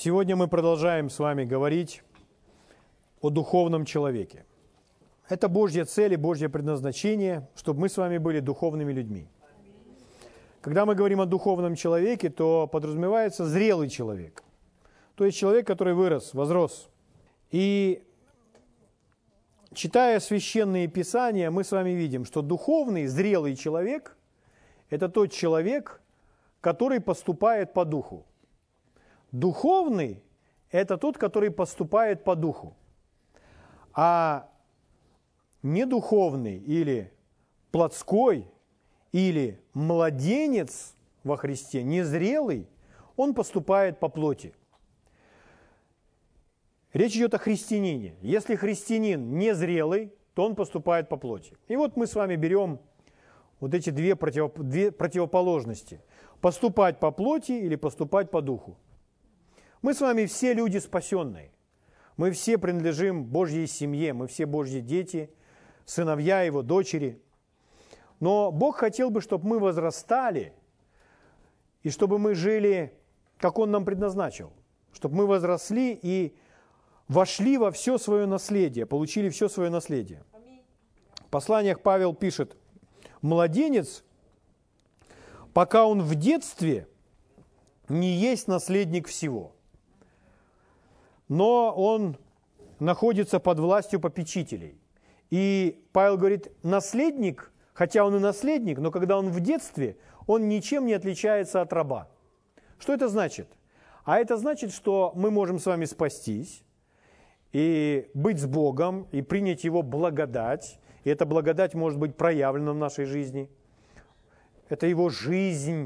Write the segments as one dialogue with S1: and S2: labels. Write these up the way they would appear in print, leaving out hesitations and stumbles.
S1: Сегодня мы продолжаем с вами говорить о духовном человеке. Это Божья цель и Божье предназначение, чтобы мы с вами были духовными людьми. Когда мы говорим о духовном человеке, то подразумевается зрелый человек. То есть человек, который вырос, возрос. И читая священные писания, мы с вами видим, что духовный, зрелый человек – это тот человек, который поступает по духу. Духовный – это тот, который поступает по духу. А недуховный или плотской, или младенец во Христе, незрелый, он поступает по плоти. Речь идет о христианине. Если христианин незрелый, то он поступает по плоти. И вот мы с вами берем вот эти две противоположности. Поступать по плоти или поступать по духу. Мы с вами все люди спасенные. Мы все принадлежим Божьей семье, мы все Божьи дети, сыновья Его, дочери. Но Бог хотел бы, чтобы мы возрастали, и чтобы мы жили, как Он нам предназначил. Чтобы мы возросли и вошли во все свое наследие, получили все свое наследие. В посланиях Павел пишет: «Младенец, пока он в детстве, не есть наследник всего, но он находится под властью попечителей». И Павел говорит, наследник, хотя он и наследник, но когда он в детстве, он ничем не отличается от раба. Что это значит? А это значит, что мы можем с вами спастись, и быть с Богом, и принять Его благодать. И эта благодать может быть проявлена в нашей жизни. Это Его жизнь,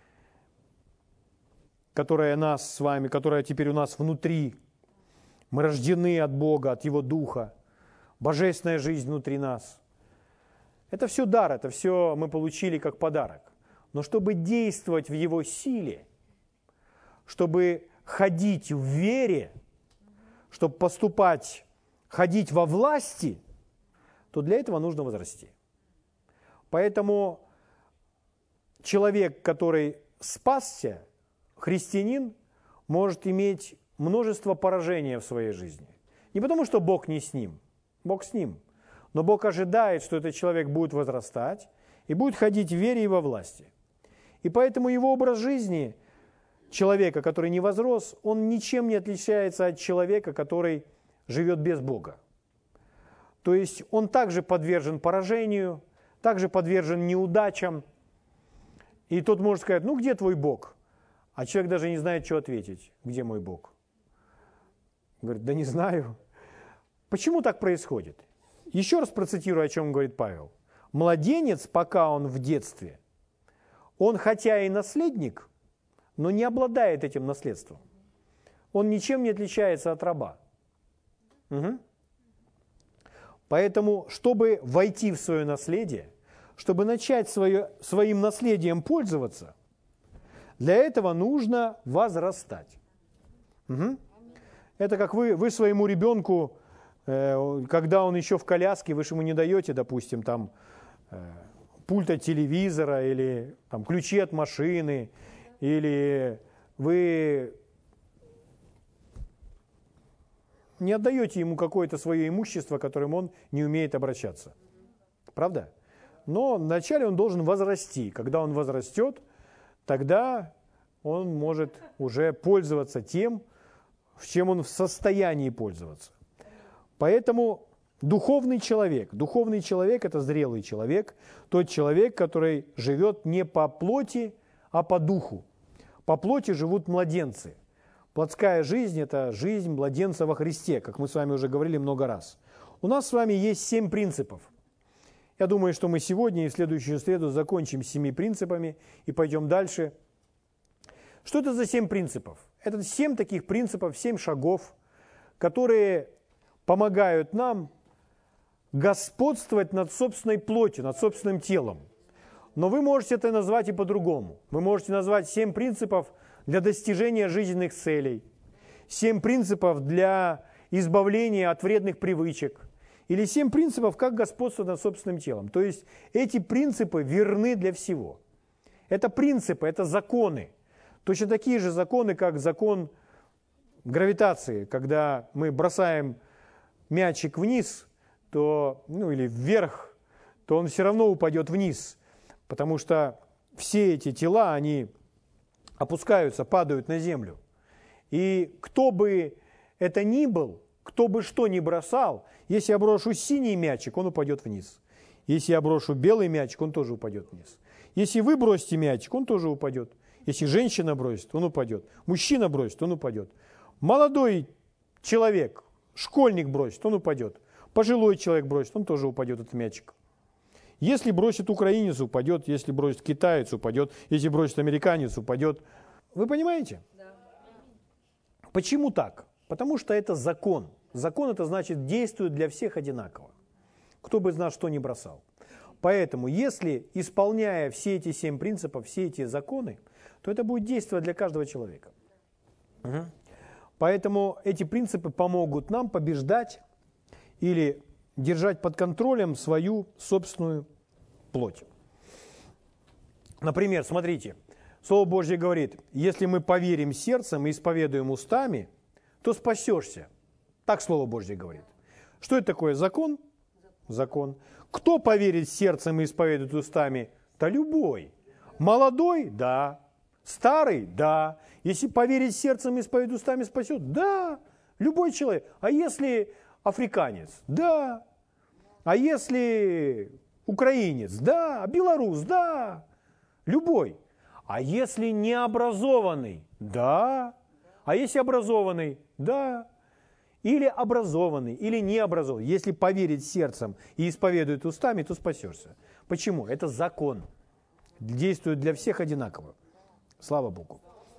S1: которая нас с вами, которая теперь у нас внутри. Мы рождены от Бога, от Его Духа. Божественная жизнь внутри нас. Это все дар, это все мы получили как подарок. Но чтобы действовать в Его силе, чтобы ходить в вере, чтобы поступать, ходить во власти, то для этого нужно возрасти. Поэтому человек, который спасся, христианин, может иметь множество поражений в своей жизни. Не потому, что Бог не с ним, Бог с ним. Но Бог ожидает, что этот человек будет возрастать и будет ходить в вере и во власти. И поэтому его образ жизни человека, который не возрос, он ничем не отличается от человека, который живет без Бога. То есть он также подвержен поражению, также подвержен неудачам. И тот может сказать, ну где твой Бог? А человек даже не знает, что ответить. Где мой Бог? Говорит, да не знаю. Почему так происходит? Еще раз процитирую, о чем говорит Павел. Младенец, пока он в детстве, он хотя и наследник, но не обладает этим наследством. Он ничем не отличается от раба. Угу. Поэтому, чтобы войти в свое наследие, чтобы начать своим наследием пользоваться, для этого нужно возрастать. Угу. Это как вы своему ребенку, когда он еще в коляске, вы же ему не даете, допустим, там пульт от телевизора или там, ключи от машины, или вы не отдаете ему какое-то свое имущество, которым он не умеет обращаться. Правда? Но вначале он должен возрасти. Когда он возрастет, тогда он может уже пользоваться тем, в чем он в состоянии пользоваться. Поэтому духовный человек – это зрелый человек, тот человек, который живет не по плоти, а по духу. По плоти живут младенцы. Плотская жизнь – это жизнь младенца во Христе, как мы с вами уже говорили много раз. У нас с вами есть 7 принципов. Я думаю, что мы сегодня и в следующую среду закончим с 7 принципами и пойдем дальше. Что это за 7 принципов? Это 7 таких принципов, 7 шагов, которые помогают нам господствовать над собственной плотью, над собственным телом. Но вы можете это назвать и по-другому. Вы можете назвать 7 принципов для достижения жизненных целей, 7 принципов для избавления от вредных привычек, или 7 принципов, как господствовать над собственным телом. То есть эти принципы верны для всего. Это принципы, это законы. Точно такие же законы, как закон гравитации, когда мы бросаем мячик вниз, то, или вверх, то он все равно упадет вниз, потому что все эти тела, они опускаются, падают на землю. И кто бы это ни был, кто бы что ни бросал, если я брошу синий мячик, он упадет вниз. Если я брошу белый мячик, он тоже упадет вниз. Если вы бросите мячик, он тоже упадет. Если женщина бросит, он упадет. Мужчина бросит, он упадет. Молодой человек, школьник бросит, он упадет. Пожилой человек бросит, он тоже упадет, этот мячик. Если бросит украинец, упадет. Если бросит китаец, упадет. Если бросит американец, упадет. Вы понимаете? Да. Почему так? Потому что это закон. Закон это значит действует для всех одинаково. Кто бы из нас что ни бросал. Поэтому, если, исполняя все эти 7 принципов, все эти законы, то это будет действовать для каждого человека. Угу. Поэтому эти принципы помогут нам побеждать или держать под контролем свою собственную плоть. Например, смотрите, Слово Божье говорит, если мы поверим сердцем и исповедуем устами, то спасешься. Так Слово Божье говорит. Что это такое? Закон? Закон. Кто поверит сердцем и исповедует устами? Да любой. Молодой? Да. Старый? Да. Если поверить сердцем и исповедует устами, спасет? Да. Любой человек. А если африканец? Да. А если украинец? Да. А белорус? Да. Любой. А если необразованный? Да. А если образованный? Да. Или образованный, или необразованный. Если поверить сердцем и исповедует устами, то спасешься. Почему? Это закон. Действует для всех одинаково. Слава Богу.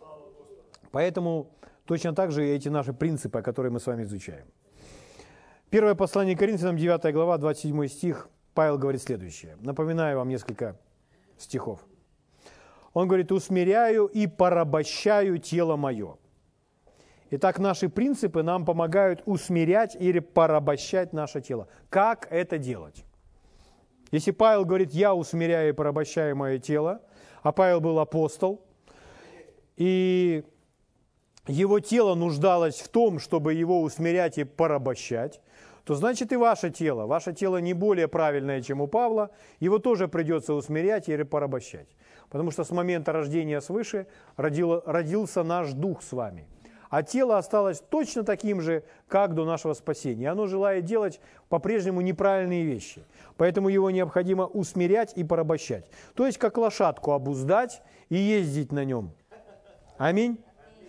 S1: Поэтому точно так же эти наши принципы, которые мы с вами изучаем. Первое послание к Коринфянам, 9 глава, 27 стих, Павел говорит следующее. Напоминаю вам несколько стихов. Он говорит, «Усмиряю и порабощаю тело мое». Итак, наши принципы нам помогают усмирять или порабощать наше тело. Как это делать? Если Павел говорит, я усмиряю и порабощаю мое тело, а Павел был апостол, и его тело нуждалось в том, чтобы его усмирять и порабощать, то значит и ваше тело не более правильное, чем у Павла, его тоже придется усмирять или порабощать. Потому что с момента рождения свыше родился наш дух с вами. А тело осталось точно таким же, как до нашего спасения. Оно желает делать по-прежнему неправильные вещи. Поэтому его необходимо усмирять и порабощать. То есть, как лошадку обуздать и ездить на нем. Аминь.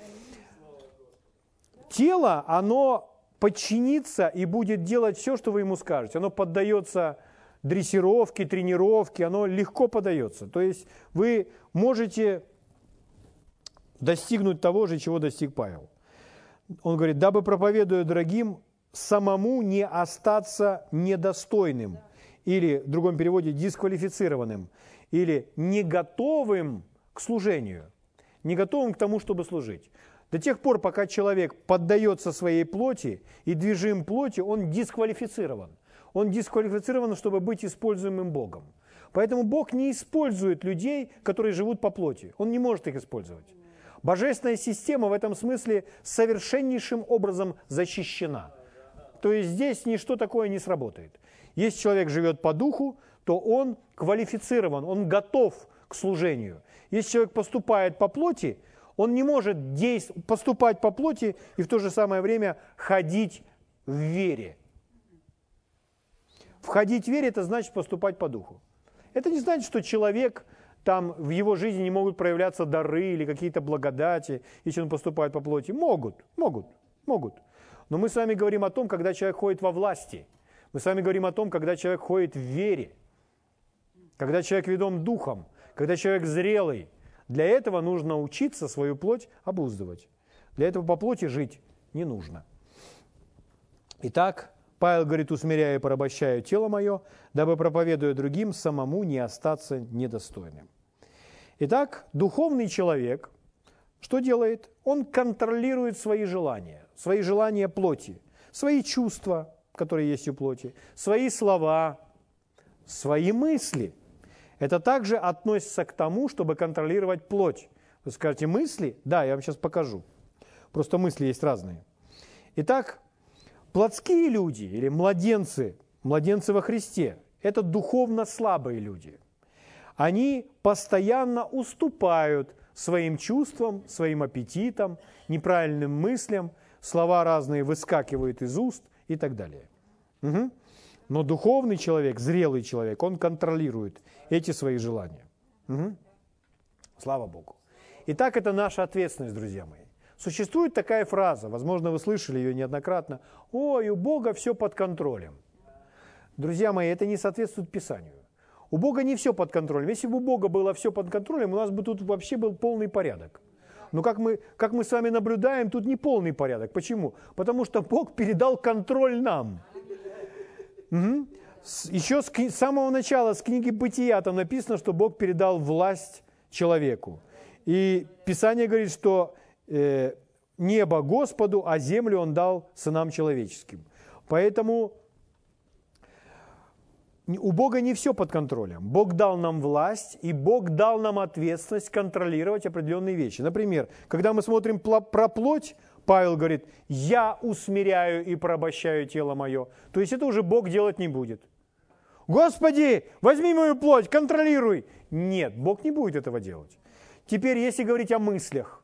S1: Тело, оно подчинится и будет делать все, что вы ему скажете. Оно поддается дрессировке, тренировке, оно легко поддается. То есть, вы можете достигнуть того же, чего достиг Павел. Он говорит, дабы, проповедуя другим, самому не остаться недостойным, или в другом переводе дисквалифицированным, или не готовым к служению, не готовым к тому, чтобы служить. До тех пор, пока человек поддается своей плоти и движим плоти, он дисквалифицирован. Он дисквалифицирован, чтобы быть используемым Богом. Поэтому Бог не использует людей, которые живут по плоти. Он не может их использовать. Божественная система в этом смысле совершеннейшим образом защищена. То есть здесь ничто такое не сработает. Если человек живет по духу, то он квалифицирован, он готов к служению. Если человек поступает по плоти, он не может поступать по плоти и в то же самое время ходить в вере. Входить в вере – это значит поступать по духу. Это не значит, что человек... Там в его жизни не могут проявляться дары или какие-то благодати, если он поступает по плоти. Могут. Но мы с вами говорим о том, когда человек ходит во власти. Мы с вами говорим о том, когда человек ходит в вере. Когда человек ведом духом. Когда человек зрелый. Для этого нужно учиться свою плоть обуздывать. Для этого по плоти жить не нужно. Итак, Павел говорит, усмиряю и порабощаю тело мое, дабы, проповедуя другим, самому не остаться недостойным. Итак, духовный человек что делает? Он контролирует свои желания плоти, свои чувства, которые есть у плоти, свои слова, свои мысли. Это также относится к тому, чтобы контролировать плоть. Вы скажете, мысли? Да, я вам сейчас покажу. Просто мысли есть разные. Итак, плотские люди или младенцы во Христе – это духовно слабые люди. Они постоянно уступают своим чувствам, своим аппетитам, неправильным мыслям, слова разные выскакивают из уст и так далее. Угу. Но духовный человек, зрелый человек, он контролирует эти свои желания. Угу. Слава Богу. Итак, это наша ответственность, друзья мои. Существует такая фраза, возможно, вы слышали ее неоднократно: «Ой, у Бога все под контролем». Друзья мои, это не соответствует Писанию. У Бога не все под контролем. Если бы у Бога было все под контролем, у нас бы тут вообще был полный порядок. Но как мы с вами наблюдаем, тут не полный порядок. Почему? Потому что Бог передал контроль нам. Угу. Еще с самого начала, с книги Бытия, там написано, что Бог передал власть человеку. И Писание говорит, что небо Господу, а землю Он дал сынам человеческим. Поэтому у Бога не все под контролем. Бог дал нам власть, и Бог дал нам ответственность контролировать определенные вещи. Например, когда мы смотрим про плоть, Павел говорит: «Я усмиряю и порабощаю тело мое». То есть это уже Бог делать не будет. «Господи, возьми мою плоть, контролируй». Нет, Бог не будет этого делать. Теперь, если говорить о мыслях,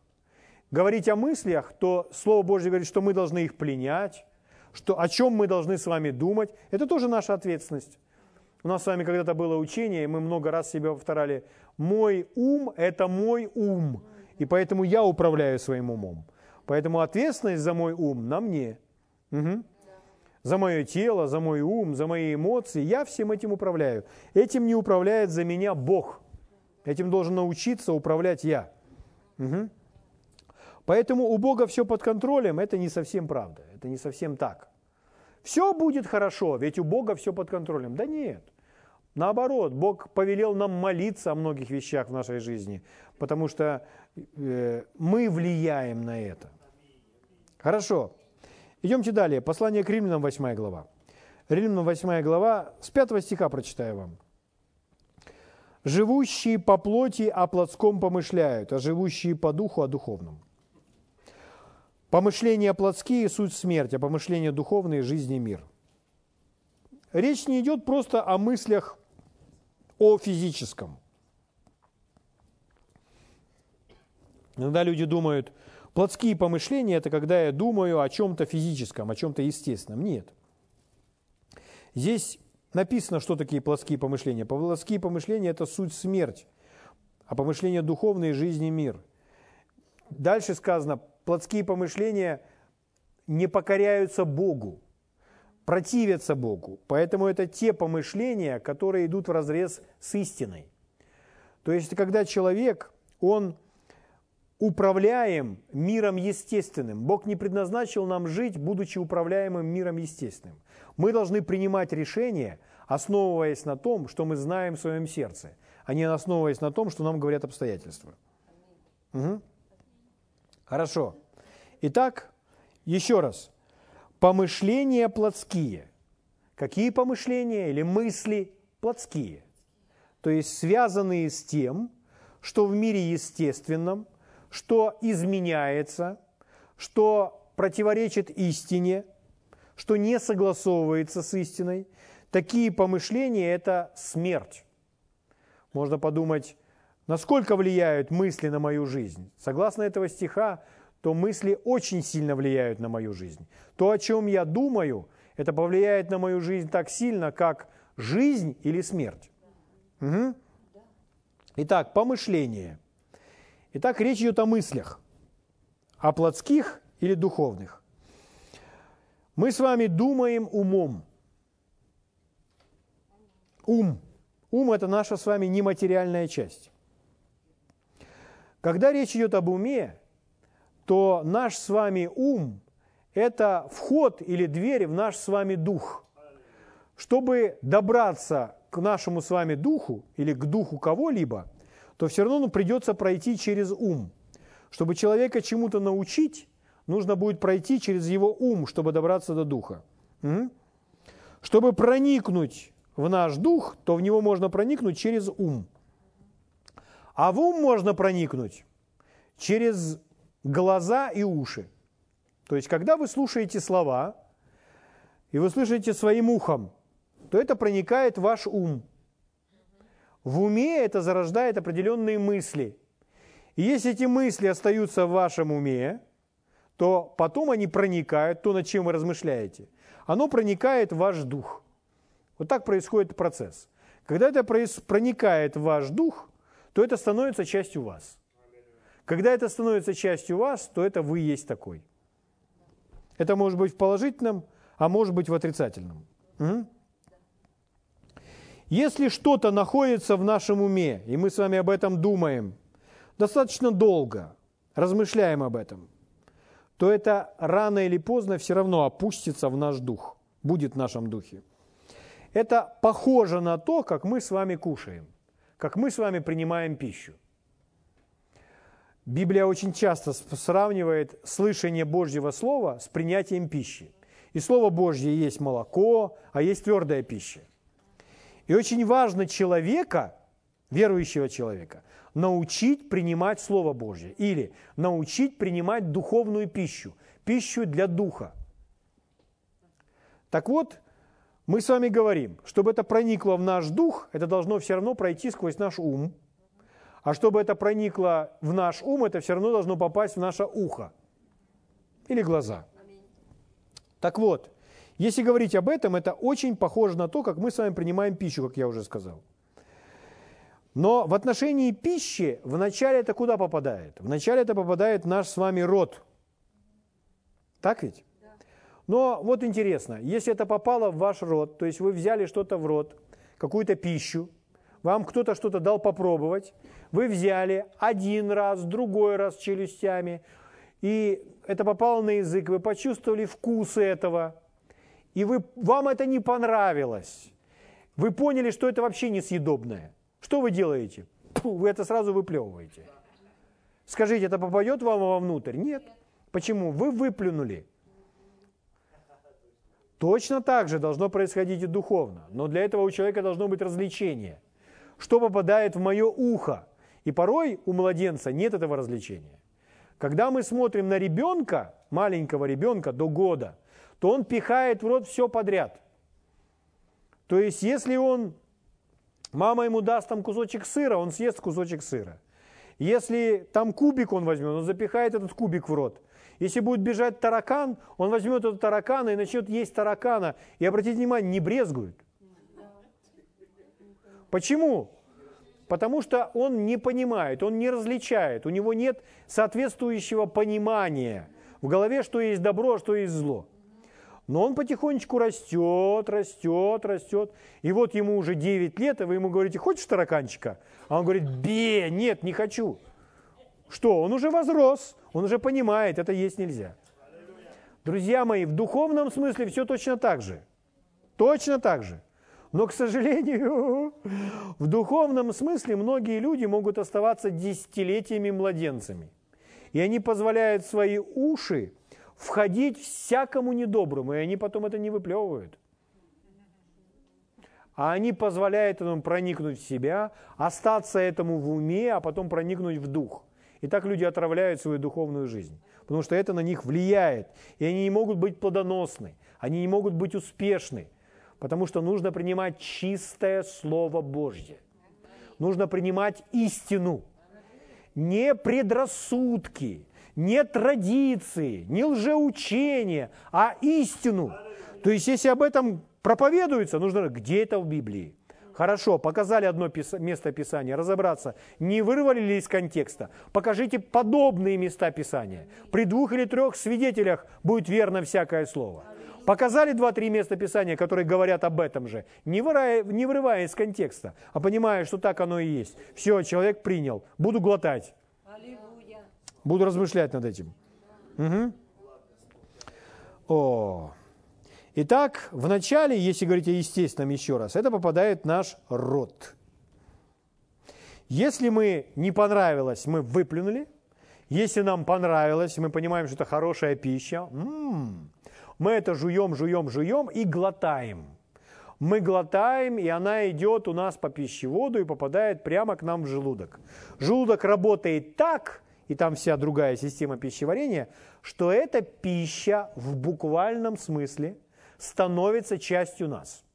S1: то Слово Божье говорит, что мы должны их пленять, что, о чем мы должны с вами думать. Это тоже наша ответственность. У нас с вами когда-то было учение, и мы много раз себе повторяли: «Мой ум – это мой ум, и поэтому я управляю своим умом». Поэтому ответственность за мой ум на мне. Угу. За мое тело, за мой ум, за мои эмоции. Я всем этим управляю. Этим не управляет за меня Бог. Этим должен научиться управлять я. Угу. Поэтому у Бога все под контролем – это не совсем правда. Это не совсем так. Все будет хорошо, ведь у Бога все под контролем. Да нет. Наоборот, Бог повелел нам молиться о многих вещах в нашей жизни, потому что мы влияем на это. Хорошо. Идемте далее. Послание к Римлянам, 8 глава. Римлянам, 8 глава, с 5 стиха прочитаю вам. «Живущие по плоти о плотском помышляют, а живущие по духу о духовном. Помышления плотские – суть смерть, а помышления духовные – жизнь и мир». Речь не идет просто о мыслях о физическом. Иногда люди думают, плотские помышления – это когда я думаю о чем-то физическом, о чем-то естественном. Нет. Здесь написано, что такие плотские помышления. Плотские помышления – это суть смерть, а помышления духовные – жизнь и мир. Дальше сказано, плотские помышления не покоряются Богу, противятся Богу. Поэтому это те помышления, которые идут вразрез с истиной. То есть, когда человек, он управляем миром естественным. Бог не предназначил нам жить, будучи управляемым миром естественным. Мы должны принимать решения, основываясь на том, что мы знаем в своем сердце, а не основываясь на том, что нам говорят обстоятельства. Угу. Хорошо. Итак, еще раз. Помышления плотские. Какие помышления или мысли плотские? То есть связанные с тем, что в мире естественном, что изменяется, что противоречит истине, что не согласовывается с истиной. Такие помышления – это смерть. Можно подумать, насколько влияют мысли на мою жизнь. Согласно этого стиха, то мысли очень сильно влияют на мою жизнь. То, о чем я думаю, это повлияет на мою жизнь так сильно, как жизнь или смерть. Угу. Итак, помышления. Итак, речь идет о мыслях, о плотских или духовных. Мы с вами думаем умом. Ум. Ум – это наша с вами нематериальная часть. Когда речь идет об уме, то наш с вами ум – это вход или дверь в наш с вами дух. Чтобы добраться к нашему с вами духу или к духу кого-либо, то все равно придется пройти через ум. Чтобы человека чему-то научить, нужно будет пройти через его ум, чтобы добраться до духа. Угу. Чтобы проникнуть в наш дух, то в него можно проникнуть через ум. А в ум можно проникнуть через глаза и уши. То есть, когда вы слушаете слова, и вы слышите своим ухом, то это проникает в ваш ум. В уме это зарождает определенные мысли. И если эти мысли остаются в вашем уме, то потом они проникают, то, над чем вы размышляете, оно проникает в ваш дух. Вот так происходит процесс. Когда это проникает в ваш дух, то это становится частью вас. Когда это становится частью вас, то это вы есть такой. Это может быть в положительном, а может быть в отрицательном. Угу. Если что-то находится в нашем уме, и мы с вами об этом думаем достаточно долго, размышляем об этом, то это рано или поздно все равно опустится в наш дух, будет в нашем духе. Это похоже на то, как мы с вами кушаем, как мы с вами принимаем пищу. Библия очень часто сравнивает слышание Божьего Слова с принятием пищи. И Слово Божье есть молоко, а есть твердая пища. И очень важно человека, верующего человека, научить принимать Слово Божье или научить принимать духовную пищу, пищу для духа. Так вот, мы с вами говорим, чтобы это проникло в наш дух, это должно все равно пройти сквозь наш ум. А чтобы это проникло в наш ум, это все равно должно попасть в наше ухо или глаза. Так вот, если говорить об этом, это очень похоже на то, как мы с вами принимаем пищу, как я уже сказал. Но в отношении пищи вначале это куда попадает? Вначале это попадает в наш с вами рот. Так ведь? Но вот интересно, если это попало в ваш рот, то есть вы взяли что-то в рот, какую-то пищу, вам кто-то что-то дал попробовать, вы взяли один раз, другой раз челюстями, и это попало на язык, вы почувствовали вкус этого, и вам это не понравилось. Вы поняли, что это вообще несъедобное. Что вы делаете? Вы это сразу выплевываете. Скажите, это попадет вам вовнутрь? Нет. Почему? Вы выплюнули. Точно так же должно происходить и духовно. Но для этого у человека должно быть развлечение. Что попадает в мое ухо? И порой у младенца нет этого развлечения. Когда мы смотрим на ребенка, маленького ребенка до года, то он пихает в рот все подряд. То есть, если мама ему даст там кусочек сыра, он съест кусочек сыра. Если там кубик он возьмет, он запихает этот кубик в рот. Если будет бежать таракан, он возьмет этот таракана и начнет есть таракана. И, обратите внимание, не брезгует. Почему? Потому что он не понимает, он не различает, у него нет соответствующего понимания в голове, что есть добро, а что есть зло. Но он потихонечку растет. И вот ему уже 9 лет, и вы ему говорите: хочешь тараканчика? А он говорит: нет, не хочу. Что? Он уже возрос, он уже понимает, это есть нельзя. Друзья мои, в духовном смысле все точно так же. Точно так же. Но, к сожалению, в духовном смысле многие люди могут оставаться десятилетиями младенцами. И они позволяют в свои уши входить всякому недоброму, и они потом это не выплевывают. А они позволяют этому проникнуть в себя, остаться этому в уме, а потом проникнуть в дух. И так люди отравляют свою духовную жизнь, потому что это на них влияет, и они не могут быть плодоносны, они не могут быть успешны, потому что нужно принимать чистое Слово Божье. Нужно принимать истину, не предрассудки, не традиции, не лжеучения, а истину. То есть, если об этом проповедуется, нужно, где это в Библии? Хорошо, показали одно место Писания, разобраться, не вырвали ли из контекста. Покажите подобные места Писания. При 2 или 3 свидетелях будет верно всякое слово. Показали 2-3 места Писания, которые говорят об этом же, не вырывая из контекста, а понимая, что так оно и есть. Все, человек принял, буду глотать. Буду размышлять над этим. Угу. Итак, вначале, если говорить о естественном еще раз, это попадает в наш рот. Если мы не понравилось, мы выплюнули. Если нам понравилось, мы понимаем, что это хорошая пища, мы это жуем и глотаем. Мы глотаем, и она идет у нас по пищеводу и попадает прямо к нам в желудок. Желудок работает так, и там вся другая система пищеварения, что эта пища в буквальном смысле становится частью нас.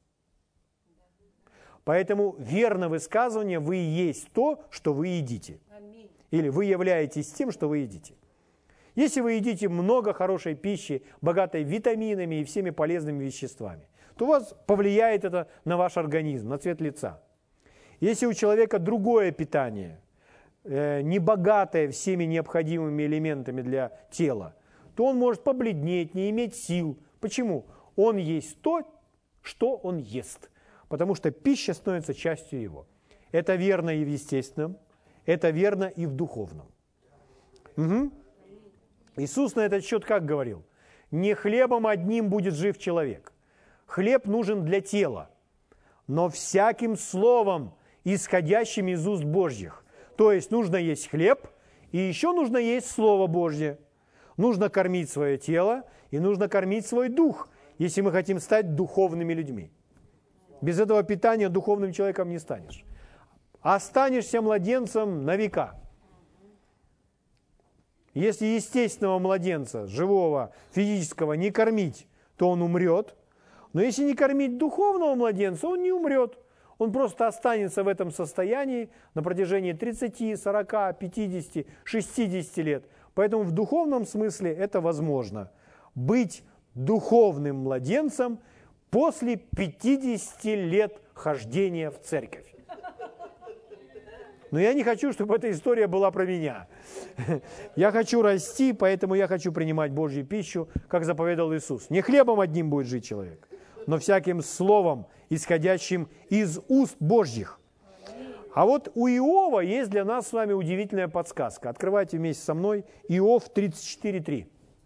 S1: Поэтому верно высказывание: вы и есть то, что вы едите. Или вы являетесь тем, что вы едите. Если вы едите много хорошей пищи, богатой витаминами и всеми полезными веществами, то у вас повлияет это на ваш организм, на цвет лица. Если у человека другое питание, не богатое всеми необходимыми элементами для тела, то он может побледнеть, не иметь сил. Почему? Он есть то, что он ест, потому что пища становится частью его. Это верно и в естественном, это верно и в духовном. Угу. Иисус на этот счет как говорил? Не хлебом одним будет жив человек. Хлеб нужен для тела, но всяким словом, исходящим из уст Божьих. То есть нужно есть хлеб, и еще нужно есть Слово Божье. Нужно кормить свое тело, и нужно кормить свой дух, если мы хотим стать духовными людьми. Без этого питания духовным человеком не станешь. Останешься младенцем на века. Если естественного младенца, живого, физического, не кормить, то он умрет. Но если не кормить духовного младенца, он не умрет. Он просто останется в этом состоянии на протяжении 30, 40, 50, 60 лет. Поэтому в духовном смысле это возможно. Быть духовным младенцем после 50 лет хождения в церковь. Но я не хочу, чтобы эта история была про меня. Я хочу расти, поэтому я хочу принимать Божью пищу, как заповедал Иисус. Не хлебом одним будет жить человек, но всяким словом, исходящим из уст Божьих. А вот у Иова есть для нас с вами удивительная подсказка. Открывайте вместе со мной Иов 34:3.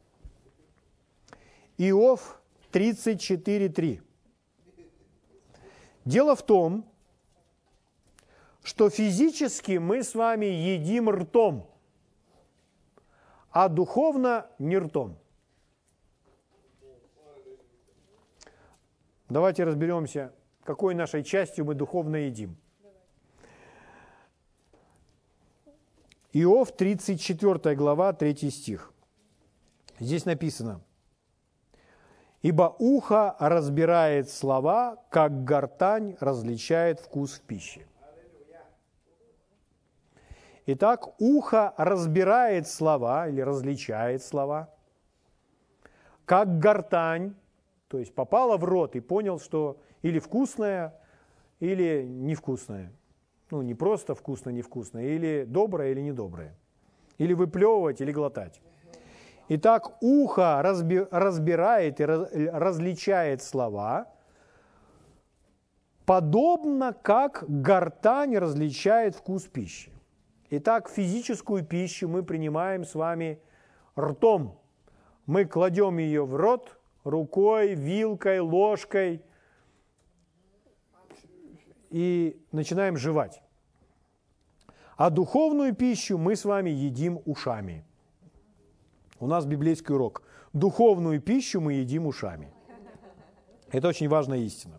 S1: Иов 34:3. Дело в том, что физически мы с вами едим ртом, а духовно не ртом. Давайте разберемся, какой нашей частью мы духовно едим. Иов 34 глава, 3 стих. Здесь написано: «Ибо ухо разбирает слова, как гортань различает вкус в пище». Итак, ухо разбирает слова или различает слова, как гортань, то есть попало в рот и понял, что или вкусное, или невкусное. Ну, не просто вкусно-невкусное, или доброе, или недоброе. Или выплевывать, или глотать. Итак, ухо разбирает и различает слова, подобно как гортань различает вкус пищи. Итак, физическую пищу мы принимаем с вами ртом. Мы кладем ее в рот рукой, вилкой, ложкой и начинаем жевать. А духовную пищу мы с вами едим ушами. У нас библейский урок. Духовную пищу мы едим ушами. Это очень важная истина.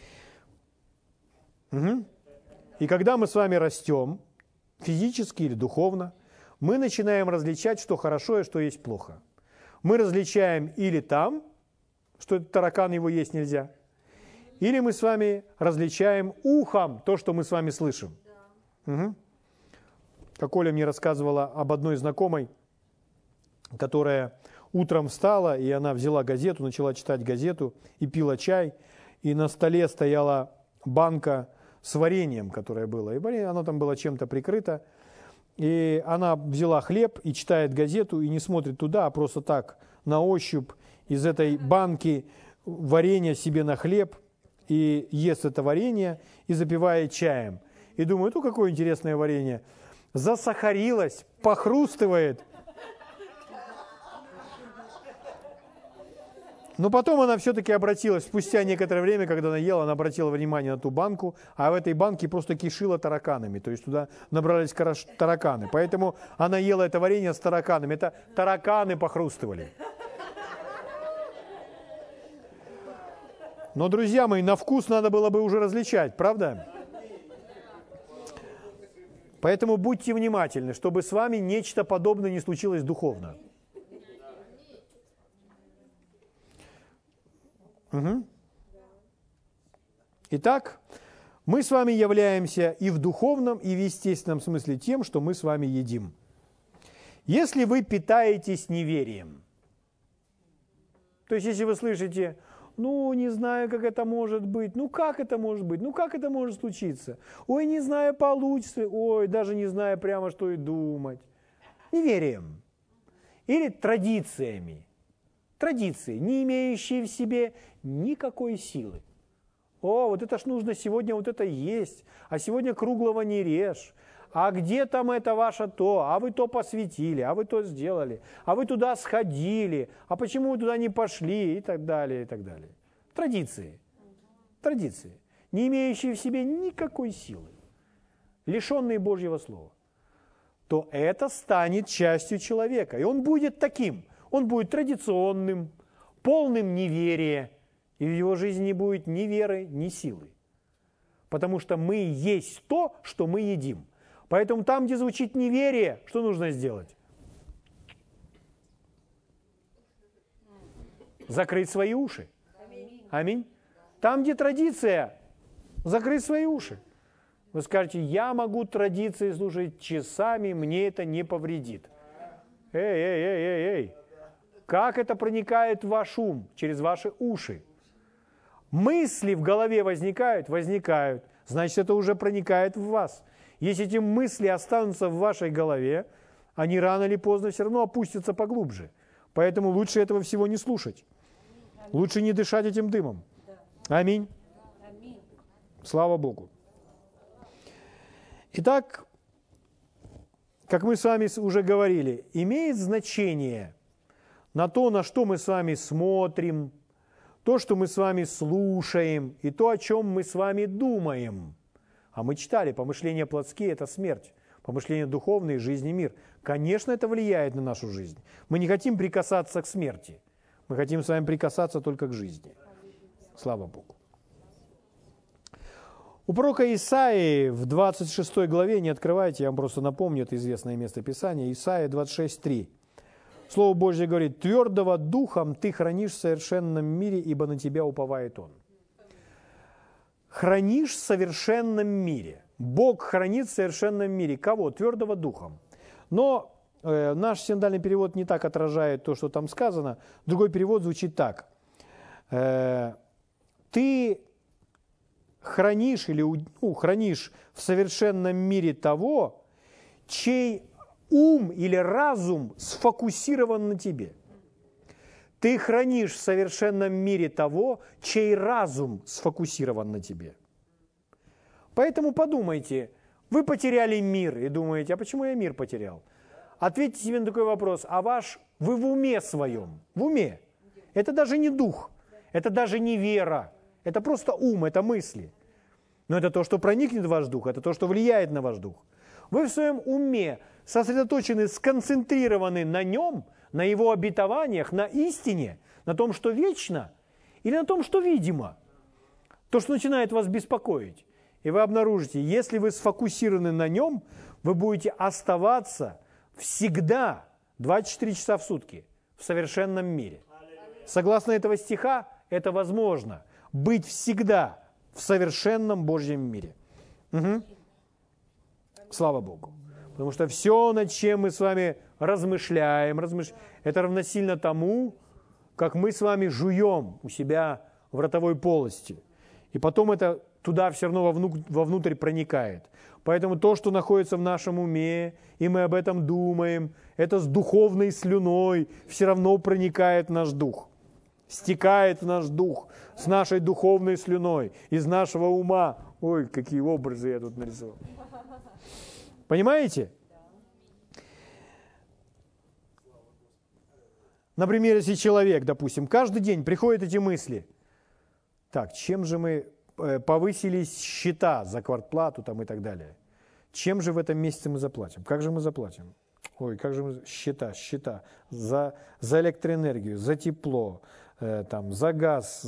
S1: Угу. И когда мы с вами растем, физически или духовно, мы начинаем различать, что хорошо и что есть плохо. Мы различаем или там, что таракан, его есть нельзя, или мы с вами различаем ухом то, что мы с вами слышим. Угу. Как Оля мне рассказывала об одной знакомой, которая утром встала, и она взяла газету, начала читать газету и пила чай, и на столе стояла банка с вареньем, которое было. И оно там было чем-то прикрыто. И она взяла хлеб и читает газету, и не смотрит туда, а просто так, на ощупь, из этой банки варенье себе на хлеб, и ест это варенье, и запивает чаем. И думает, ну какое интересное варенье. Засахарилось, похрустывает. Но потом она все-таки обратилась, спустя некоторое время, когда она ела, она обратила внимание на ту банку, а в этой банке просто кишило тараканами, то есть туда набрались тараканы. Поэтому она ела это варенье с тараканами, это тараканы похрустывали. Но, друзья мои, на вкус надо было бы уже различать, правда? Поэтому будьте внимательны, чтобы с вами нечто подобное не случилось духовно. Угу. Итак, мы с вами являемся и в духовном, и в естественном смысле тем, что мы с вами едим. Если вы питаетесь неверием, то есть если вы слышите, ну, не знаю, как это может быть, ну, как это может быть, ну, как это может случиться, ой, не знаю, получится, ой, даже не знаю прямо, что и думать. Неверием или традициями. Традиции, не имеющие в себе никакой силы. О, вот это ж нужно сегодня вот это есть, а сегодня круглого не режь. А где там это ваше то? А вы то посвятили, а вы то сделали, а вы туда сходили, а почему вы туда не пошли и так далее, и так далее. Традиции. Традиции, не имеющие в себе никакой силы, лишенные Божьего Слова. То это станет частью человека, и он будет таким. Он будет традиционным, полным неверия, и в его жизни не будет ни веры, ни силы. Потому что мы есть то, что мы едим. Поэтому там, где звучит неверие, что нужно сделать? Закрыть свои уши. Аминь. Там, где традиция, закрыть свои уши. Вы скажете, я могу традиции слушать часами, мне это не повредит. Эй. Как это проникает в ваш ум, через ваши уши? Мысли в голове возникают? Возникают. Значит, это уже проникает в вас. Если эти мысли останутся в вашей голове, они рано или поздно все равно опустятся поглубже. Поэтому лучше этого всего не слушать. Лучше не дышать этим дымом. Аминь. Слава Богу. Итак, как мы с вами уже говорили, имеет значение на то, на что мы с вами смотрим, то, что мы с вами слушаем, и то, о чем мы с вами думаем. А мы читали, помышления плотские – это смерть, помышления духовные – жизнь и мир. Конечно, это влияет на нашу жизнь. Мы не хотим прикасаться к смерти, мы хотим с вами прикасаться только к жизни. Слава Богу. У пророка Исаии в 26 главе, не открывайте, я вам просто напомню, это известное место Писания, Исаия 26:3. Слово Божье говорит, «Твердого духом ты хранишь в совершенном мире, ибо на тебя уповает Он». Хранишь в совершенном мире. Бог хранит в совершенном мире. Кого? Твердого духом. Но наш синодальный перевод не так отражает то, что там сказано. Другой перевод звучит так. Ты хранишь хранишь в совершенном мире того, чей ум или разум сфокусирован на тебе. Ты хранишь в совершенном мире того, чей разум сфокусирован на тебе. Поэтому подумайте, вы потеряли мир и думаете, а почему я мир потерял? Ответьте себе на такой вопрос, вы в уме своем, в уме. Это даже не дух, это даже не вера, это просто ум, это мысли. Но это то, что проникнет в ваш дух, это то, что влияет на ваш дух. Вы в своем уме сосредоточены, сконцентрированы на нем, на его обетованиях, на истине, на том, что вечно, или на том, что видимо. То, что начинает вас беспокоить. И вы обнаружите, если вы сфокусированы на нем, вы будете оставаться всегда 24 часа в сутки в совершенном мире. Согласно этого стиха, это возможно. Быть всегда в совершенном Божьем мире. Угу. Слава Богу. Потому что все, над чем мы с вами размышляем, это равносильно тому, как мы с вами жуем у себя в ротовой полости. И потом это туда все равно вовнутрь проникает. Поэтому то, что находится в нашем уме, и мы об этом думаем, это с духовной слюной все равно проникает в наш дух. Стекает в наш дух с нашей духовной слюной, из нашего ума. Ой, какие образы я тут нарисовал. Понимаете? Например, если человек, допустим, каждый день приходят эти мысли. Так, чем же мы повысились счета за квартплату там и так далее? Чем же в этом месяце мы заплатим? Как же мы заплатим? Ой, как же мы... Счета за электроэнергию, за тепло, за газ,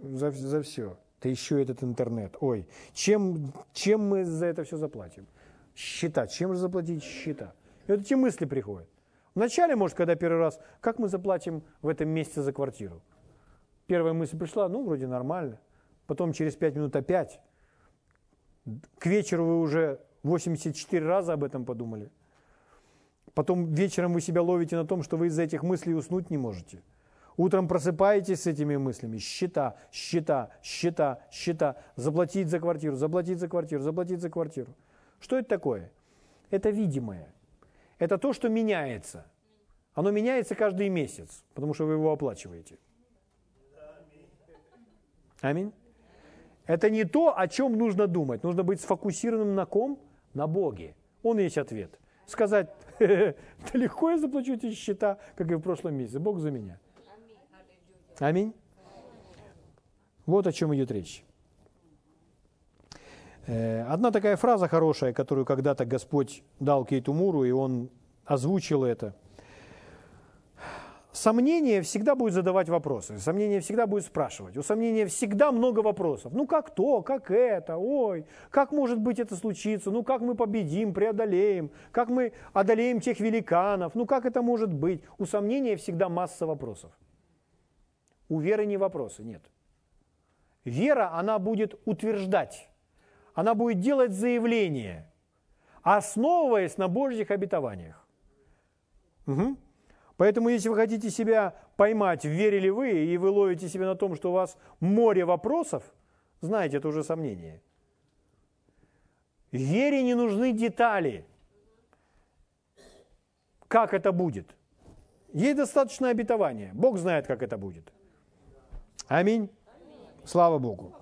S1: за все. Да еще этот интернет. Ой, чем мы за это все заплатим? Счета. Чем же заплатить счета? И вот эти мысли приходят. Вначале, может, когда первый раз, как мы заплатим в этом месяце за квартиру? Первая мысль пришла, ну, вроде нормально. Потом через 5 минут опять. К вечеру вы уже 84 раза об этом подумали. Потом вечером вы себя ловите на том, что вы из-за этих мыслей уснуть не можете. Утром просыпаетесь с этими мыслями. Счета, счета, счета, счета. Заплатить за квартиру, заплатить за квартиру, заплатить за квартиру. Что это такое? Это видимое. Это то, что меняется. Оно меняется каждый месяц, потому что вы его оплачиваете. Аминь. Это не то, о чем нужно думать. Нужно быть сфокусированным на ком? На Боге. Он есть ответ. Сказать, да легко я заплачу эти счета, как и в прошлом месяце. Бог за меня. Аминь. Вот о чем идет речь. Одна такая фраза хорошая, которую когда-то Господь дал Кейту Муру, и он озвучил это. Сомнение всегда будет задавать вопросы, сомнение всегда будет спрашивать. У сомнения всегда много вопросов. Ну как то, как это, ой, как может быть это случится, ну как мы победим, преодолеем, как мы одолеем тех великанов, ну как это может быть. У сомнения всегда масса вопросов. У веры не вопросы, нет. Вера, она будет утверждать, она будет делать заявление, основываясь на Божьих обетованиях. Угу. Поэтому, если вы хотите себя поймать, верили вы, и вы ловите себя на том, что у вас море вопросов, знаете, это уже сомнение. Вере не нужны детали. Как это будет? Ей достаточно обетования. Бог знает, как это будет. Аминь. Слава Богу.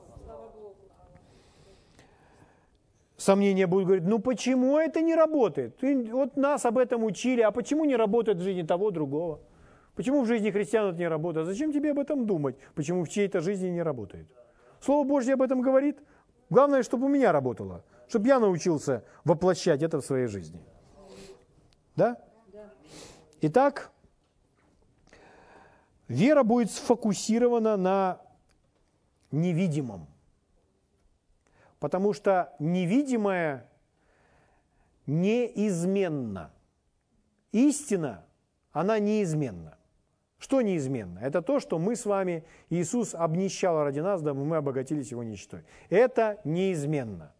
S1: Сомнения будут говорить, ну почему это не работает? Вот нас об этом учили, а почему не работает в жизни того, другого? Почему в жизни христиан это не работает? Зачем тебе об этом думать? Почему в чьей-то жизни не работает? Слово Божье об этом говорит. Главное, чтобы у меня работало, чтобы я научился воплощать это в своей жизни. Да? Итак, вера будет сфокусирована на невидимом. Потому что невидимое неизменно. Истина, она неизменна. Что неизменно? Это то, что мы с вами, Иисус обнищал ради нас, дабы мы обогатились Его нищетой. Это неизменно.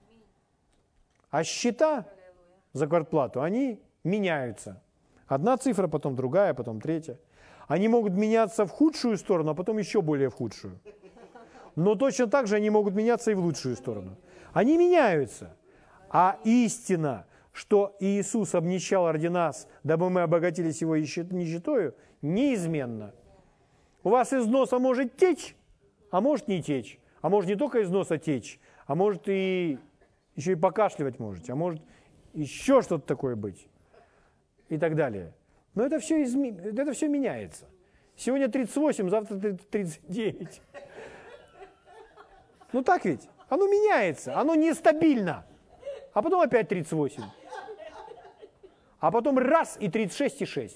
S1: А счета за квартплату, они меняются. Одна цифра, потом другая, потом третья. Они могут меняться в худшую сторону, а потом еще более в худшую. Но точно так же они могут меняться и в лучшую сторону. Они меняются. А истина, что Иисус обнищал ради нас, дабы мы обогатились Его нищетою, неизменна. У вас из носа может течь, а может не течь. А может не только из носа течь, а может и еще и покашливать можете, а может еще что-то такое быть. И так далее. Но это все меняется. Сегодня 38, завтра 39. Ну так ведь? Оно меняется, оно нестабильно. А потом опять 38. А потом раз и 36,6.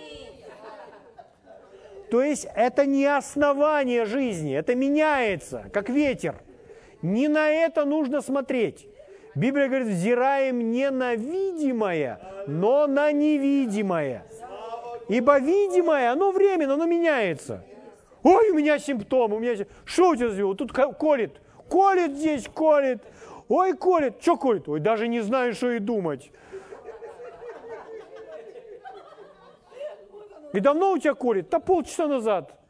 S1: То есть это не основание жизни, это меняется, как ветер. Не на это нужно смотреть. Библия говорит, взираем не на видимое, но на невидимое. Ибо видимое, оно временно, оно меняется. Ой, у меня симптомы, что у тебя сделал? Тут колет здесь, колет. Ой, колет. Что колет? Ой, даже не знаю, что и думать. И давно у тебя колет? Да полчаса назад.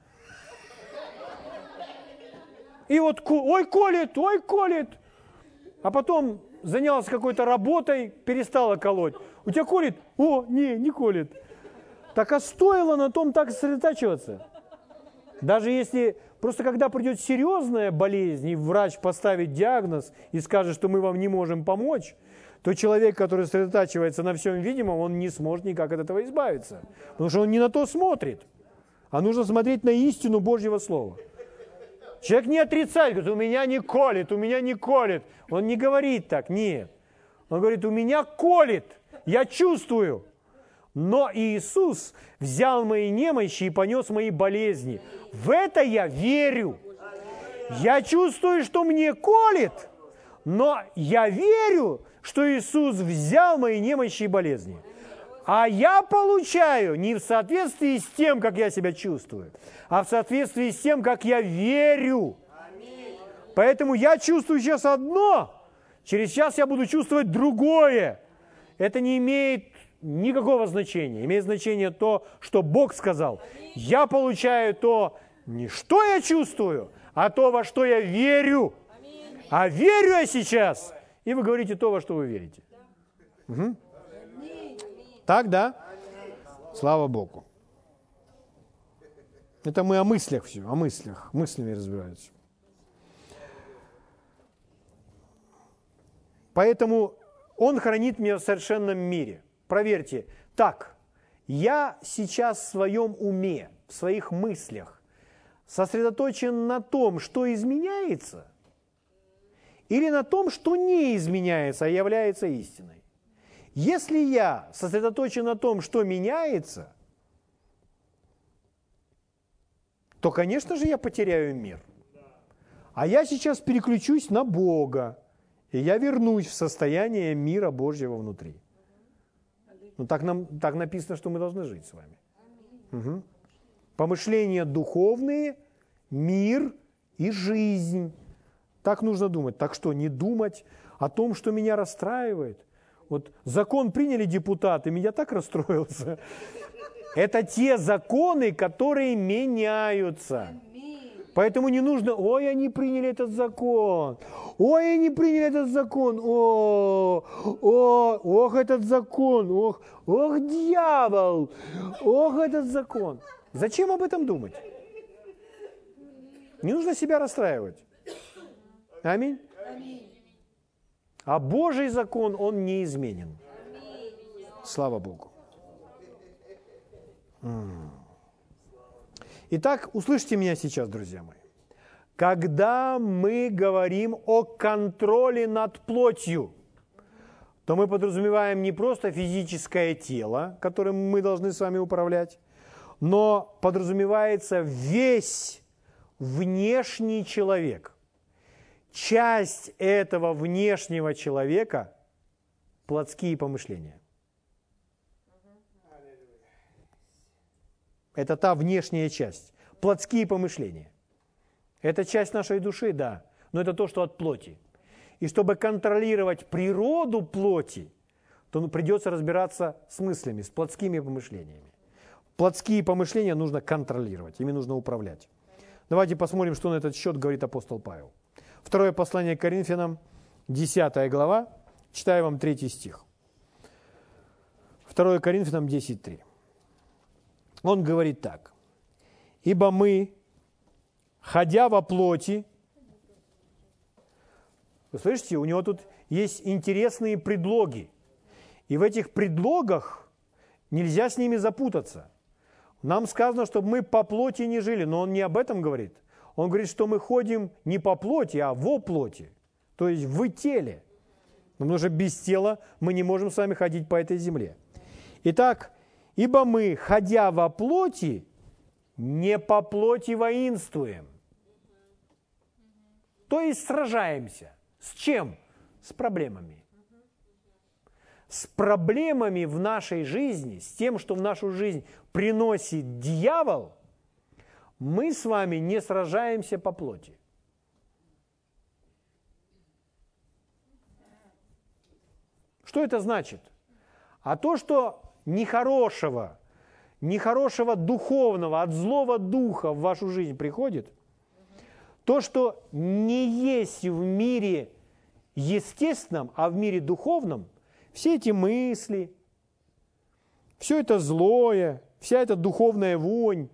S1: И вот, ой, колет. А потом занялся какой-то работой, перестала колоть. У тебя колет? О, не колет. Так а стоило на том так сосредотачиваться? Даже если, просто когда придет серьезная болезнь, и врач поставит диагноз и скажет, что мы вам не можем помочь, то человек, который сосредотачивается на всем видимом, он не сможет никак от этого избавиться. Потому что он не на то смотрит, а нужно смотреть на истину Божьего Слова. Человек не отрицает, говорит, у меня не колет. Он не говорит так, нет. Он говорит, у меня колет, я чувствую. Но Иисус взял мои немощи и понес мои болезни. В это я верю. Я чувствую, что мне колет, Но я верю, что Иисус взял мои немощи и болезни. А я получаю не в соответствии с тем, как я себя чувствую, а в соответствии с тем, как я верю. Поэтому я чувствую сейчас одно, через час я буду чувствовать другое. Это не имеет никакого значения. Имеет значение то, что Бог сказал. Я получаю то, не что я чувствую, а то, во что я верю. А верю я сейчас. И вы говорите то, во что вы верите. Угу. Так, да? Слава Богу. Это мы о мыслях все, о мыслях. Мыслями разбираются. Поэтому Он хранит меня в совершенном мире. Проверьте. Так, я сейчас в своем уме, в своих мыслях сосредоточен на том, что изменяется, или на том, что не изменяется, а является истиной. Если я сосредоточен на том, что меняется, то, конечно же, я потеряю мир. А я сейчас переключусь на Бога, и я вернусь в состояние мира Божьего внутри. Ну, так написано, что мы должны жить с вами. Угу. Помышления духовные, мир и жизнь. Так нужно думать. Так что, не думать о том, что меня расстраивает. Вот закон приняли депутаты, меня так расстроился. Это те законы, которые меняются. Поэтому не нужно, ой, они приняли этот закон, ой, они приняли этот закон, ох, этот закон, ох, дьявол, ох, этот закон. Зачем об этом думать? Не нужно себя расстраивать. Аминь. А Божий закон, он неизменен. Слава Богу. Итак, услышьте меня сейчас, друзья мои. Когда мы говорим о контроле над плотью, то мы подразумеваем не просто физическое тело, которым мы должны с вами управлять, но подразумевается весь внешний человек. Часть этого внешнего человека – плотские помышления. Это та внешняя часть. Плотские помышления. Это часть нашей души, да, но это то, что от плоти. И чтобы контролировать природу плоти, то придется разбираться с мыслями, с плотскими помышлениями. Плотские помышления нужно контролировать, ими нужно управлять. Давайте посмотрим, что на этот счет говорит апостол Павел. Второе послание к Коринфянам, 10 глава, читаю вам 3 стих. 2 Коринфянам 10:3. Он говорит так. «Ибо мы, ходя во плоти...» Вы слышите, у него тут есть интересные предлоги. И в этих предлогах нельзя с ними запутаться. Нам сказано, чтобы мы по плоти не жили, но он не об этом говорит. Он говорит, что мы ходим не по плоти, а во плоти, то есть в теле. Потому что без тела мы не можем с вами ходить по этой земле. Итак, ибо мы, ходя во плоти, не по плоти воинствуем. То есть сражаемся. С чем? С проблемами. С проблемами в нашей жизни, с тем, что в нашу жизнь приносит дьявол, мы с вами не сражаемся по плоти. Что это значит? А то, что нехорошего духовного, от злого духа в вашу жизнь приходит, то, что не есть в мире естественном, а в мире духовном, все эти мысли, все это злое, вся эта духовная вонь,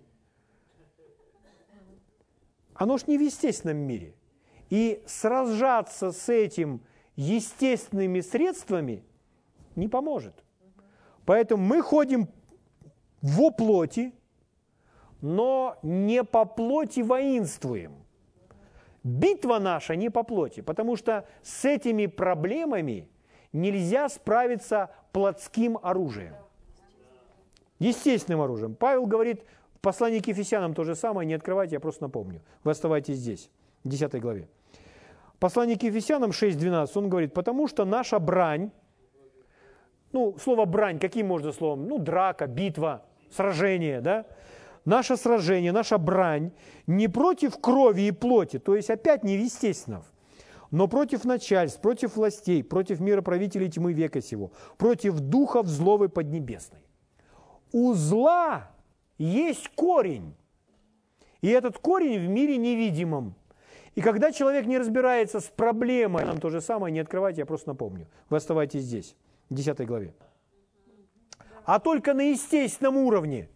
S1: оно ж не в естественном мире. И сражаться с этим естественными средствами не поможет. Поэтому мы ходим во плоти, но не по плоти воинствуем. Битва наша не по плоти, потому что с этими проблемами нельзя справиться плотским оружием. Естественным оружием. Павел говорит в послании к Ефесянам то же самое, не открывайте, я просто напомню. Вы оставайтесь здесь, в 10 главе. Послание к Ефесянам 6:12, он говорит, потому что наша брань, слово брань, каким можно словом? Драка, битва, сражение, да? Наше сражение, наша брань не против крови и плоти, то есть опять не естественного, но против начальств, против властей, против мироправителей тьмы века сего, против духов злобы поднебесной. У зла есть корень, и этот корень в мире невидимом. И когда человек не разбирается с проблемой, нам то же самое, не открывайте, я просто напомню. Вы оставайтесь здесь, в 10 главе. А только на естественном уровне,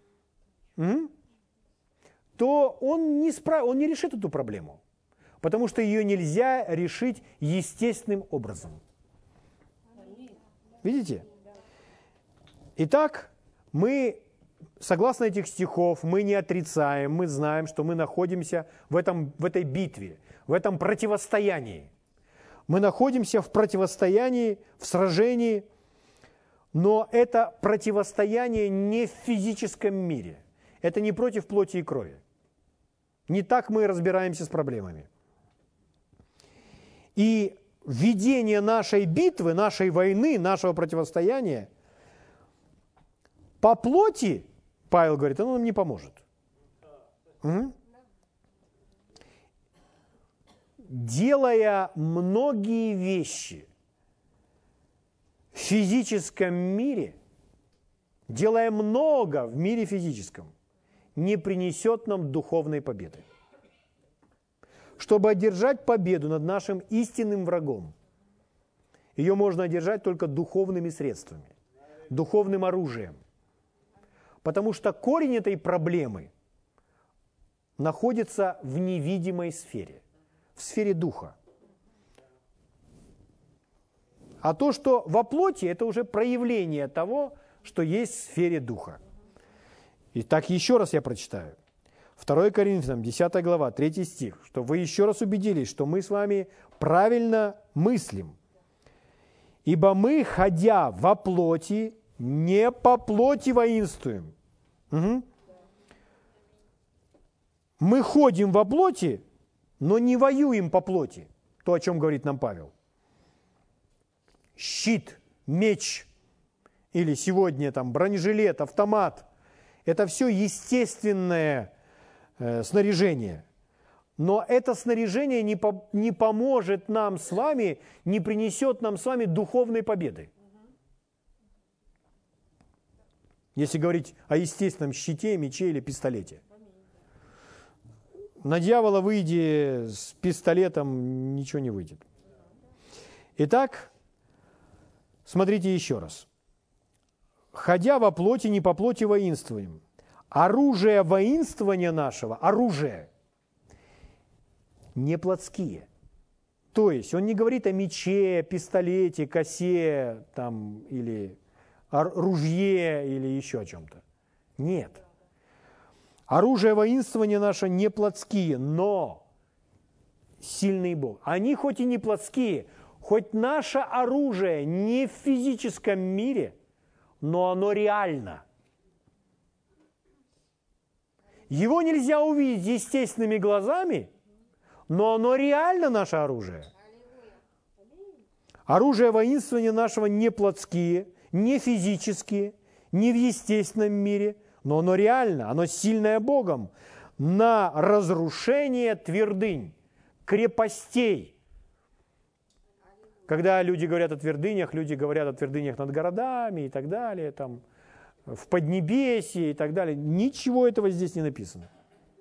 S1: то он не решит эту проблему, потому что ее нельзя решить естественным образом. Видите? Итак, мы, согласно этих стихов, мы не отрицаем, мы знаем, что мы находимся в этой битве, в этом противостоянии. Мы находимся в противостоянии, в сражении, но это противостояние не в физическом мире. Это не против плоти и крови. Не так мы разбираемся с проблемами. И ведение нашей битвы, нашей войны, нашего противостояния по плоти, Павел говорит, оно нам не поможет. Делая многие вещи в физическом мире, делая много в мире физическом, не принесет нам духовной победы. Чтобы одержать победу над нашим истинным врагом, ее можно одержать только духовными средствами, духовным оружием. Потому что корень этой проблемы находится в невидимой сфере, в сфере духа. А то, что во плоти, это уже проявление того, что есть в сфере духа. Итак, еще раз я прочитаю. 2 Коринфянам, 10 глава, 3 стих, что вы еще раз убедились, что мы с вами правильно мыслим. Ибо мы, ходя во плоти, не по плоти воинствуем. Мы ходим во плоти, но не воюем по плоти. То, о чем говорит нам Павел. Щит, меч, или сегодня бронежилет, автомат. Это все естественное снаряжение. Но это снаряжение не поможет нам с вами, не принесет нам с вами духовной победы. Если говорить о естественном щите, мече или пистолете. На дьявола выйди с пистолетом, ничего не выйдет. Итак, смотрите еще раз. Ходя во плоти, не по плоти воинствуем. Оружие воинствования нашего, оружие, не плотские. То есть он не говорит о мече, пистолете, косе или о ружье или еще о чем-то. Нет. Оружие воинствования наше не плотские, но сильный Бог. Они хоть и не плотские, хоть наше оружие не в физическом мире, но оно реально. Его нельзя увидеть естественными глазами, но оно реально наше оружие. Оружие воинствования нашего не плотские, не физические, не в естественном мире, но оно реально, оно сильное Богом на разрушение твердынь, крепостей. Когда люди говорят о твердынях, люди говорят о твердынях над городами и так далее, в Поднебесье и так далее. Ничего этого здесь не написано.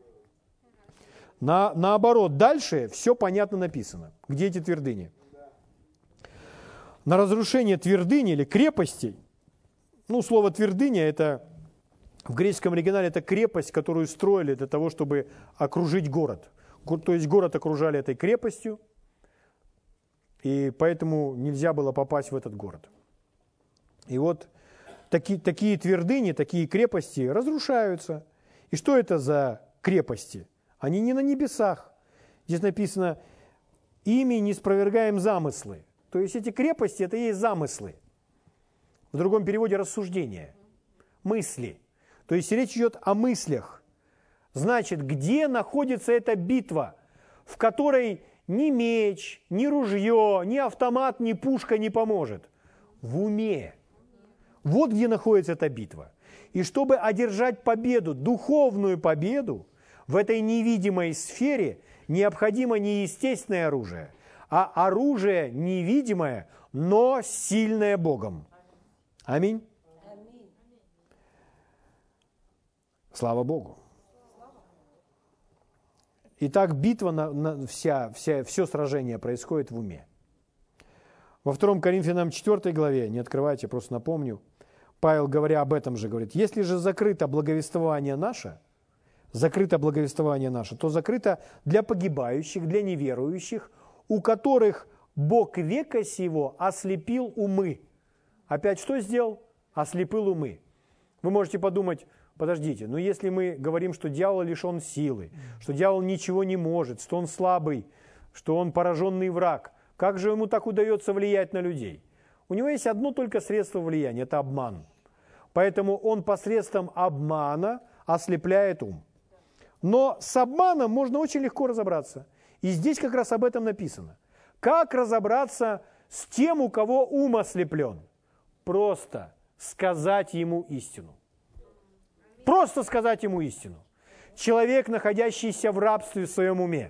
S1: Наоборот, дальше все понятно написано. Где эти твердыни? На разрушение твердыни или крепостей. Слово твердыня это в греческом оригинале это крепость, которую строили для того, чтобы окружить город. То есть город окружали этой крепостью, и поэтому нельзя было попасть в этот город. И вот такие твердыни, такие крепости разрушаются. И что это за крепости? Они не на небесах. Здесь написано, ими не спровергаем замыслы. То есть эти крепости, это и есть замыслы. В другом переводе рассуждения, мысли. То есть речь идет о мыслях. Значит, где находится эта битва, в которой ни меч, ни ружье, ни автомат, ни пушка не поможет. В уме. Вот где находится эта битва. И чтобы одержать победу, духовную победу, в этой невидимой сфере необходимо не естественное оружие, а оружие невидимое, но сильное Богом. Аминь. Слава Богу. Итак, битва, все сражение происходит в уме. Во 2 Коринфянам 4 главе, не открывайте, просто напомню, Павел, говоря об этом же, говорит: если же закрыто благовествование наше, то закрыто для погибающих, для неверующих, у которых Бог века сего ослепил умы. Опять что сделал? Ослепил умы. Вы можете подумать: подождите, но если мы говорим, что дьявол лишен силы, что дьявол ничего не может, что он слабый, что он пораженный враг, как же ему так удается влиять на людей? У него есть одно только средство влияния – это обман. Поэтому он посредством обмана ослепляет ум. Но с обманом можно очень легко разобраться. И здесь как раз об этом написано. Как разобраться с тем, у кого ум ослеплен? Просто сказать ему истину. Просто сказать ему истину. Человек, находящийся в рабстве в своем уме,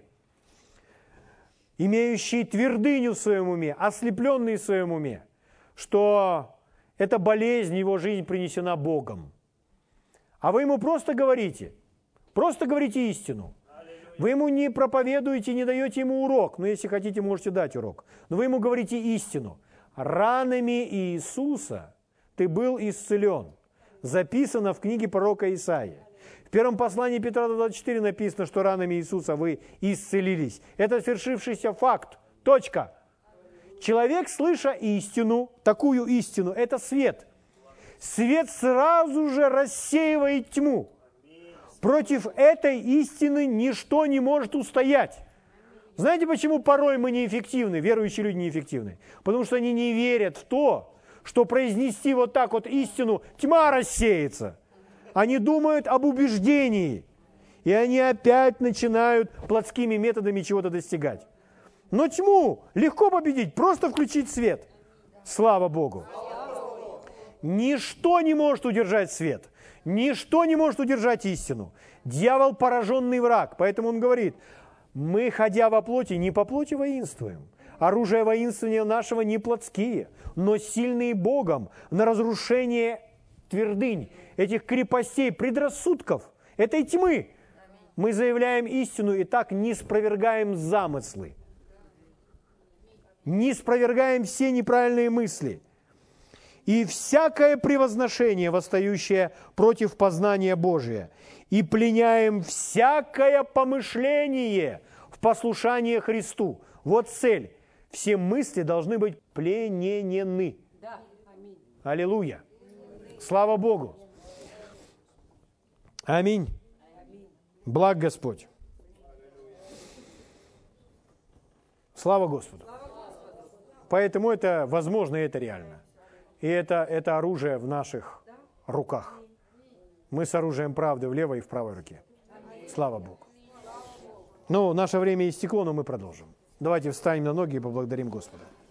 S1: имеющий твердыню в своем уме, ослепленный в своем уме, что эта болезнь, его жизнь принесена Богом. А вы ему просто говорите истину. Вы ему не проповедуете, не даете ему урок. Но если хотите, можете дать урок. Но вы ему говорите истину. Ранами Иисуса ты был исцелен. Записано в книге пророка Исаии. В первом послании Петра 24 написано, что ранами Иисуса вы исцелились. Это свершившийся факт. Точка. Человек, слыша истину, такую истину, это свет. Свет сразу же рассеивает тьму. Против этой истины ничто не может устоять. Знаете, почему порой мы неэффективны, верующие люди неэффективны? Потому что они не верят в то, что произнести вот так вот истину, тьма рассеется. Они думают об убеждении, и они опять начинают плотскими методами чего-то достигать. Но тьму легко победить, просто включить свет. Слава Богу. Ничто не может удержать свет. Ничто не может удержать истину. Дьявол пораженный враг, поэтому он говорит: мы, ходя во плоти, не по плоти воинствуем. Оружие воинствования нашего не плотские, но сильные Богом на разрушение твердынь, этих крепостей, предрассудков, этой тьмы. Мы заявляем истину и так не спровергаем замыслы. Не спровергаем все неправильные мысли. И всякое превозношение, восстающее против познания Божия, и пленяем всякое помышление в послушание Христу. Вот цель. Все мысли должны быть пленены. Да. Аллилуйя. Слава Богу. Аминь. Благ Господь. Слава Господу. Поэтому это возможно, и это реально. И это оружие в наших руках. Мы с оружием правды в левой и в правой руке. Слава Богу. Ну, наше время истекло, но мы продолжим. Давайте встанем на ноги и поблагодарим Господа.